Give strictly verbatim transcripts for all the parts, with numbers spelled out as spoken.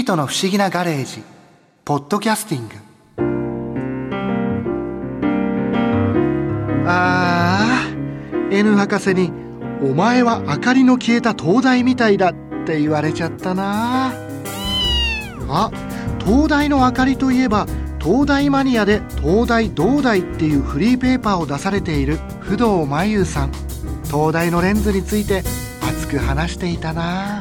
人の不思議なガレージポッドキャスティング。あー N 博士にお前は明かりの消えた灯台みたいだって言われちゃったなあ。灯台の明かりといえば灯台マニアで灯台灯台っていうフリーペーパーを出されている不動真優さん、灯台のレンズについて熱く話していたな。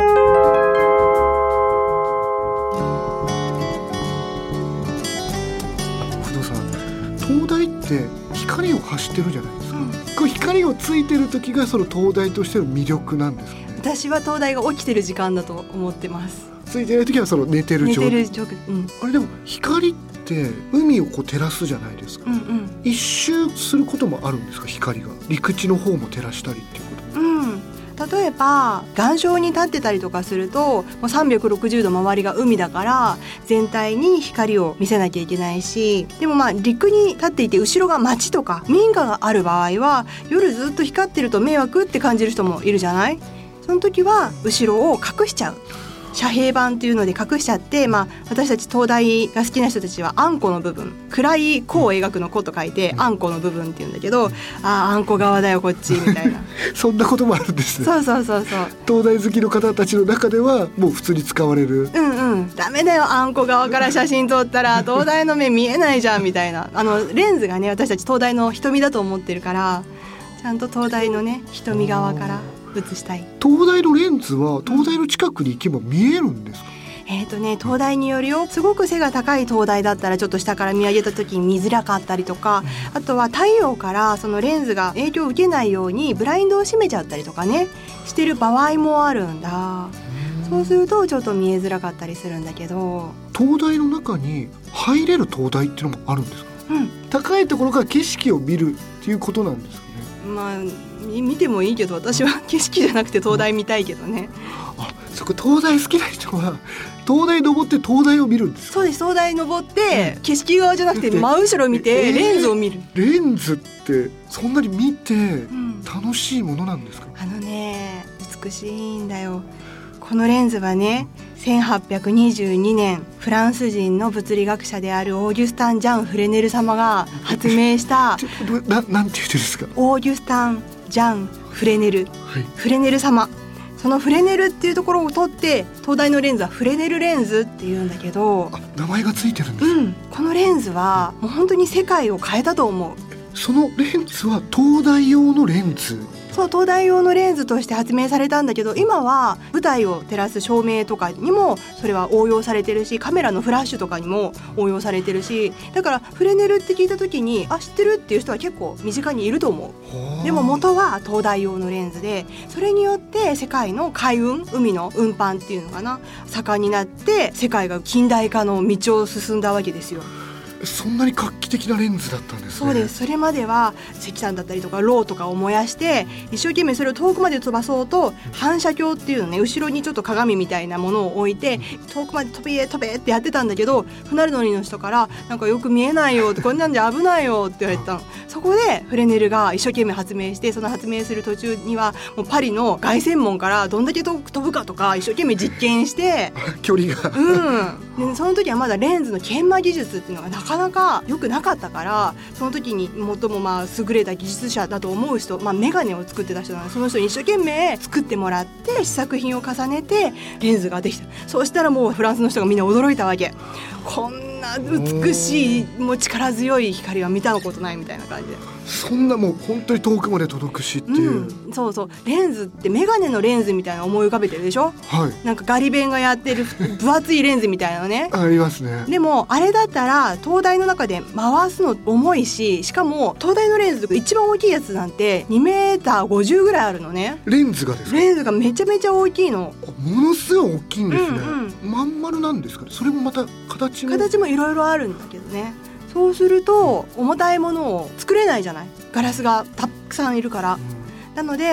不動さん、灯台って光を発してるじゃないですか、うん、こう光をついてる時がその灯台としての魅力なんですかね。 私は灯台が起きてる時間だと思ってます。 ついてない時はその寝てる状態。寝てる状態、 うん、 あれでも光って海をこう照らすじゃないですか、うんうん、一周することもあるんですか。光が陸地の方も照らしたりっていうこと、 うん、例えば岩礁に立ってたりとかするともうさんびゃくろくじゅうど周りが海だから全体に光を見せなきゃいけないし、でもまあ陸に立っていて後ろが町とか民家がある場合は夜ずっと光ってると迷惑って感じる人もいるじゃない。その時は後ろを隠しちゃう、遮蔽板っていうので隠しちゃって、まあ、私たち灯台が好きな人たちはあんこの部分、暗い弧を描くの弧と書いてあんこの部分っていうんだけど、あああんこ側だよこっちみたいなそんなこともあるんですね。 そうそうそうそう。 灯台好きの方たちの中ではもう普通に使われる。 うんうん、ダメだよあんこ側から写真撮ったら灯台の目見えないじゃんみたいな、あのレンズがね私たち灯台の瞳だと思ってるからちゃんと灯台のね瞳側から映したい。 灯台のレンズは灯台の近くに行けば見えるんですか。 えーとね、灯台によるよ。すごく背が高い灯台だったらちょっと下から見上げた時に見づらかったりとか、あとは太陽からそのレンズが影響を受けないようにブラインドを閉めちゃったりとかねしてる場合もあるんだ。そうするとちょっと見えづらかったりするんだけど、 灯台の中に入れる灯台っていうのもあるんですか。うん、高いところから景色を見るっていうことなんですかね。 まあ見てもいいけど私は景色じゃなくて灯台見たいけどね。 あ、そこ灯台好きな人は灯台登って灯台を見るんですか。 そうです、灯台登って景色側じゃなくて真後ろ見てレンズを見る、 えー、レンズってそんなに見て楽しいものなんですか。 うん、あのね美しいんだよ。このレンズはねせんはっぴゃくにじゅうにねんフランス人の物理学者であるオーギュスタン・ジャン・フレネル様が発明したな, なんて言ってるんですか。 オーギュスタン・ジャン・フレネル、はい、フレネル様。そのフレネルっていうところを取って灯台のレンズはフレネルレンズっていうんだけど、 あ、名前がついてるんです、 うん、このレンズはもう本当に世界を変えたと思う。 そのレンズは灯台用のレンズ。 そう、灯台用のレンズとして発明されたんだけど、今は舞台を照らす照明とかにもそれは応用されてるし、カメラのフラッシュとかにも応用されてるし、だからフレネルって聞いた時にあ知ってるっていう人は結構身近にいると思う。でも元は灯台用のレンズで、それによって世界の海運、海の運搬っていうのかな、盛んになって世界が近代化の道を進んだわけですよ。 そんなに画期的なレンズだったんですね。 そうです。それまでは石炭だったりとかろうとかを燃やして一生懸命それを遠くまで飛ばそうと反射鏡っていうのね、後ろにちょっと鏡みたいなものを置いて遠くまで飛べ飛べってやってたんだけど、船乗りの人からなんかよく見えないよって、こんなんじゃ危ないよって言われたの。そこでフレネルが一生懸命発明して、その発明する途中にはもうパリの凱旋門からどんだけ遠く飛ぶかとか一生懸命実験して距離が、 うん、でその時はまだレンズの研磨技術っていうのがなかなか良くなかったから、その時に最もまあ優れた技術者だと思う人、まあ、メガネを作ってた人なので、その人に一生懸命作ってもらって試作品を重ねてレンズができた。そうしたらもうフランスの人がみんな驚いたわけ。こんな美しいもう力強い光は見たことないみたいな感じで、 そんなもう本当に遠くまで届くしっていう、 うん、そうそう。レンズってメガネのレンズみたいな思い浮かべてるでしょ、 はい、 なんかガリ弁がやってる分厚いレンズみたいなのねありますね。 でもあれだったら灯台の中で回すの重いし、しかも灯台のレンズ一番大きいやつなんてにメーターごじゅうぐらいあるのね。 レンズがですか。 レンズがめちゃめちゃ大きいの。 ものすごい大きいんですね、 うんうん、 まん丸なんですかね。それもまた形も形もいろいろあるんだけどね。そうすると重たいものを作れないじゃない、ガラスがたくさんいるから、うん、なのでこ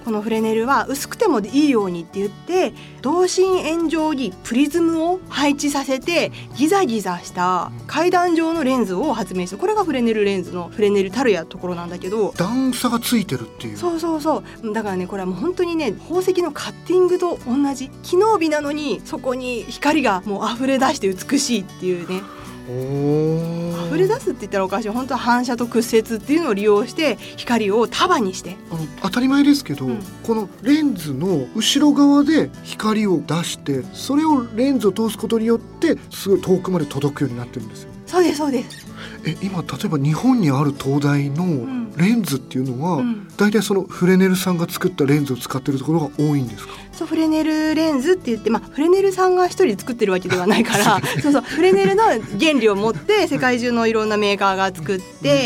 このフレネルは薄くてもいいようにって言って同心円状にプリズムを配置させてギザギザした階段状のレンズを発明して、これがフレネルレンズのフレネルたるやところなんだけど、 段差がついてるっていう。 そうそうそう。だからねこれはもう本当にね宝石のカッティングと同じ、機能美なのにそこに光がもう溢れ出して美しいっていうね。溢れ出すって言ったらおかしい、本当は反射と屈折っていうのを利用して光を束にして、 あの当たり前ですけど、うん、このレンズの後ろ側で光を出してそれをレンズを通すことによってすごい遠くまで届くようになってるんですよ。 そうですそうです。 え今例えば日本にある灯台のレンズっていうのは、うん、だいたいそのフレネルさんが作ったレンズを使ってるところが多いんですか？ そう、フレネルレンズって言って、まあ、フレネルさんが一人作ってるわけではないからそうそう、フレネルの原理を持って世界中のいろんなメーカーが作って、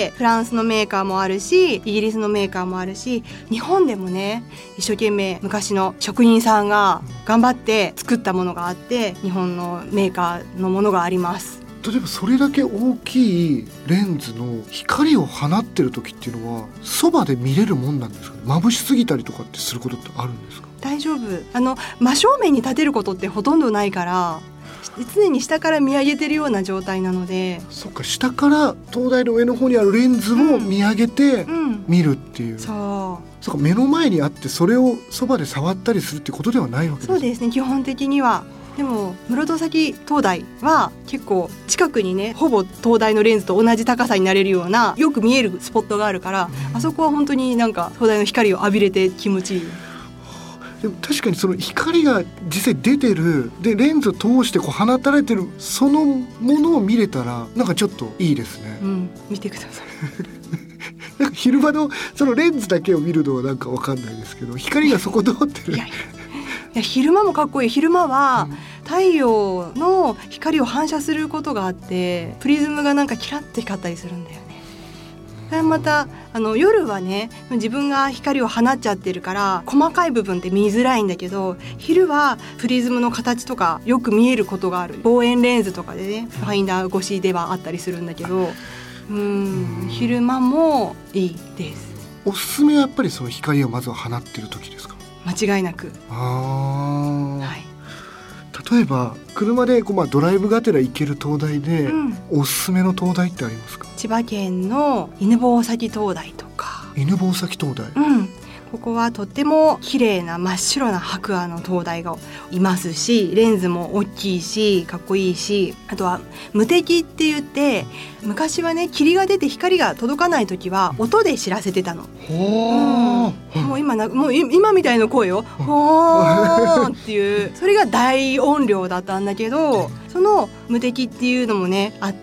うん、フランスのメーカーもあるしイギリスのメーカーもあるし、日本でもね一生懸命昔の職人さんが頑張って作ったものがあって、日本のメーカーのものがあります。 例えばそれだけ大きいレンズの光を放ってる時っていうのはそばで見れるもんなんですかね？眩しすぎたりとかってすることってあるんですか？ 大丈夫。あの真正面に立てることってほとんどないから、常に下から見上げてるような状態なので。 そっか、下から灯台の上の方にあるレンズを見上げて見るっていう、うんうん、そうそうか、目の前にあってそれをそばで触ったりするってことではないわけですか？ そうですね、基本的には。でも室戸崎灯台は結構近くにねほぼ灯台のレンズと同じ高さになれるようなよく見えるスポットがあるから、うん、あそこは本当になんか灯台の光を浴びれて気持ちいい。 でも確かにその光が実際出てるでレンズを通してこう放たれてるそのものを見れたらなんかちょっといいですね、 うん、見てくださいなんか昼間のそのレンズだけを見るのはなんか分かんないですけど、光がそこ通ってるいやいやいや昼間もかっこいい。昼間は太陽の光を反射することがあってプリズムがなんかキラッと光ったりするんだよね。それまたあの夜はね自分が光を放っちゃってるから細かい部分って見づらいんだけど、昼はプリズムの形とかよく見えることがある。望遠レンズとかでねファインダー越しではあったりするんだけど、うーん昼間もいいです。 おすすめはやっぱりその光をまずは放ってる時ですか？ 間違いなく。 あ、はい、例えば車でこう、まあ、ドライブがてら行ける灯台で、うん、おすすめの灯台ってありますか？ 千葉県の犬吠埼灯台とか。 犬吠埼灯台、 うん、ここはとっても綺麗な真っ白な白亜の灯台がいますし、レンズも大きいしかっこいいし、あとは無敵って言って昔はね霧が出て光が届かない時は音で知らせてたの。ほー、うん、もう今なもう今みたいな声よほーっていうそれが大音量だったんだけど、その無敵っていうのもねあって、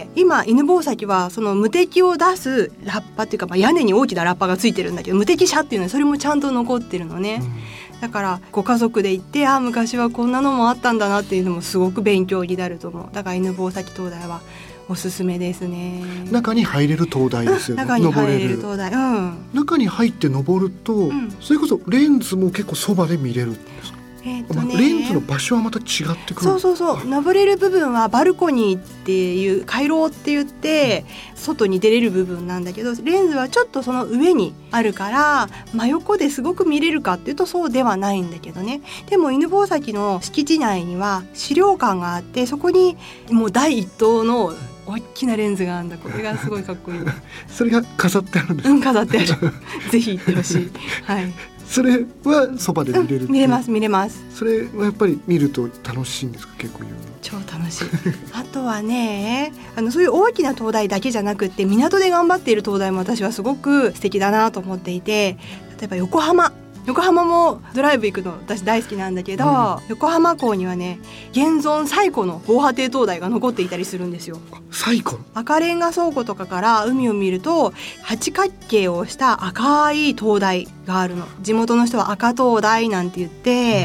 今犬吠埼はその無敵を出すラッパっていうか、まあ、屋根に大きなラッパがついてるんだけど無敵車っていうのはそれもちゃんと残ってるのね、うん、だからご家族で行ってあ昔はこんなのもあったんだなっていうのもすごく勉強になると思う。だから犬吠埼灯台はおすすめですね。 中に入れる灯台ですよね。 中に入れる灯台、うん、 中に入って登ると、うん、それこそレンズも結構そばで見れるんですか？えーとね、レンズの場所はまた違ってくる。 そうそうそう、登れる部分はバルコニーっていう回廊って言って外に出れる部分なんだけど、レンズはちょっとその上にあるから真横ですごく見れるかっていうとそうではないんだけどね。でも犬吠埼の敷地内には資料館があって、そこにもう第一灯の大きなレンズがあるんだ。これがすごいかっこいいそれが飾ってあるんですか？ うん、飾ってあるぜひ行ってほしいはい。 それはそばで見れる、うん、 見れます見れます。 それはやっぱり見ると楽しいんですか？結構言うの超楽しいあとはねあのそういう大きな灯台だけじゃなくって港で頑張っている灯台も私はすごく素敵だなと思っていて、例えば横浜横浜もドライブ行くの私大好きなんだけど、うん、横浜港にはね現存最古の防波堤灯台が残っていたりするんですよ。 最古？ 赤レンガ倉庫とかから海を見ると八角形をした赤い灯台があるの。地元の人は赤灯台なんて言って、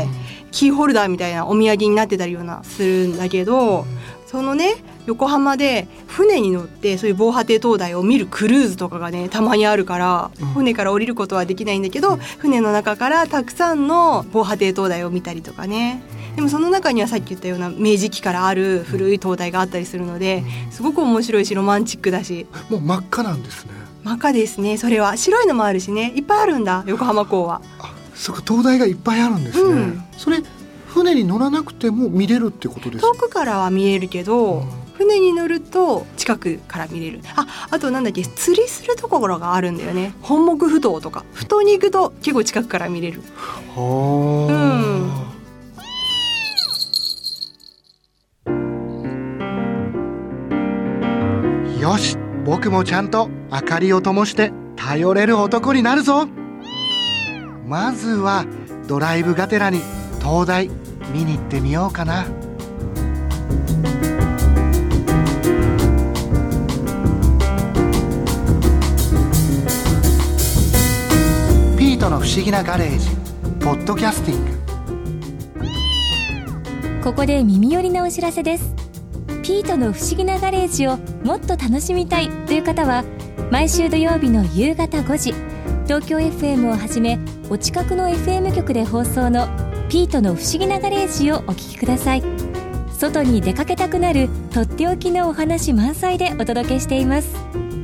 うん、キーホルダーみたいなお土産になってたりようなするんだけど、うん、そのね横浜で船に乗ってそういう防波堤灯台を見るクルーズとかがねたまにあるから、うん、船から降りることはできないんだけど、うん、船の中からたくさんの防波堤灯台を見たりとかね。でもその中にはさっき言ったような明治期からある古い灯台があったりするので、すごく面白いしロマンチックだし。 もう真っ赤なんですね。 真っ赤ですね。それは白いのもあるしね、いっぱいあるんだ横浜港は。 あ、 そこ灯台がいっぱいあるんですね、うん、それ船に乗らなくても見れるってことですか？ 遠くからは見えるけど、うん、船に乗ると近くから見れる。あ、あとなんだっけ、釣りするところがあるんだよね。本木ふ頭とか、ふ頭に行くと結構近くから見れる。はー、うん、よし、僕もちゃんと明かりを灯して頼れる男になるぞ。まずはドライブがてらに灯台見に行ってみようかな。ピートの不思議なガレージポッドキャスティング。ここで耳寄りなお知らせです。ピートの不思議なガレージをもっと楽しみたいという方は、毎週土曜日の夕方ごじ、東京 エフエム をはじめお近くの エフエム 局で放送のピートの不思議なガレージをお聞きください。外に出かけたくなるとっておきのお話満載でお届けしています。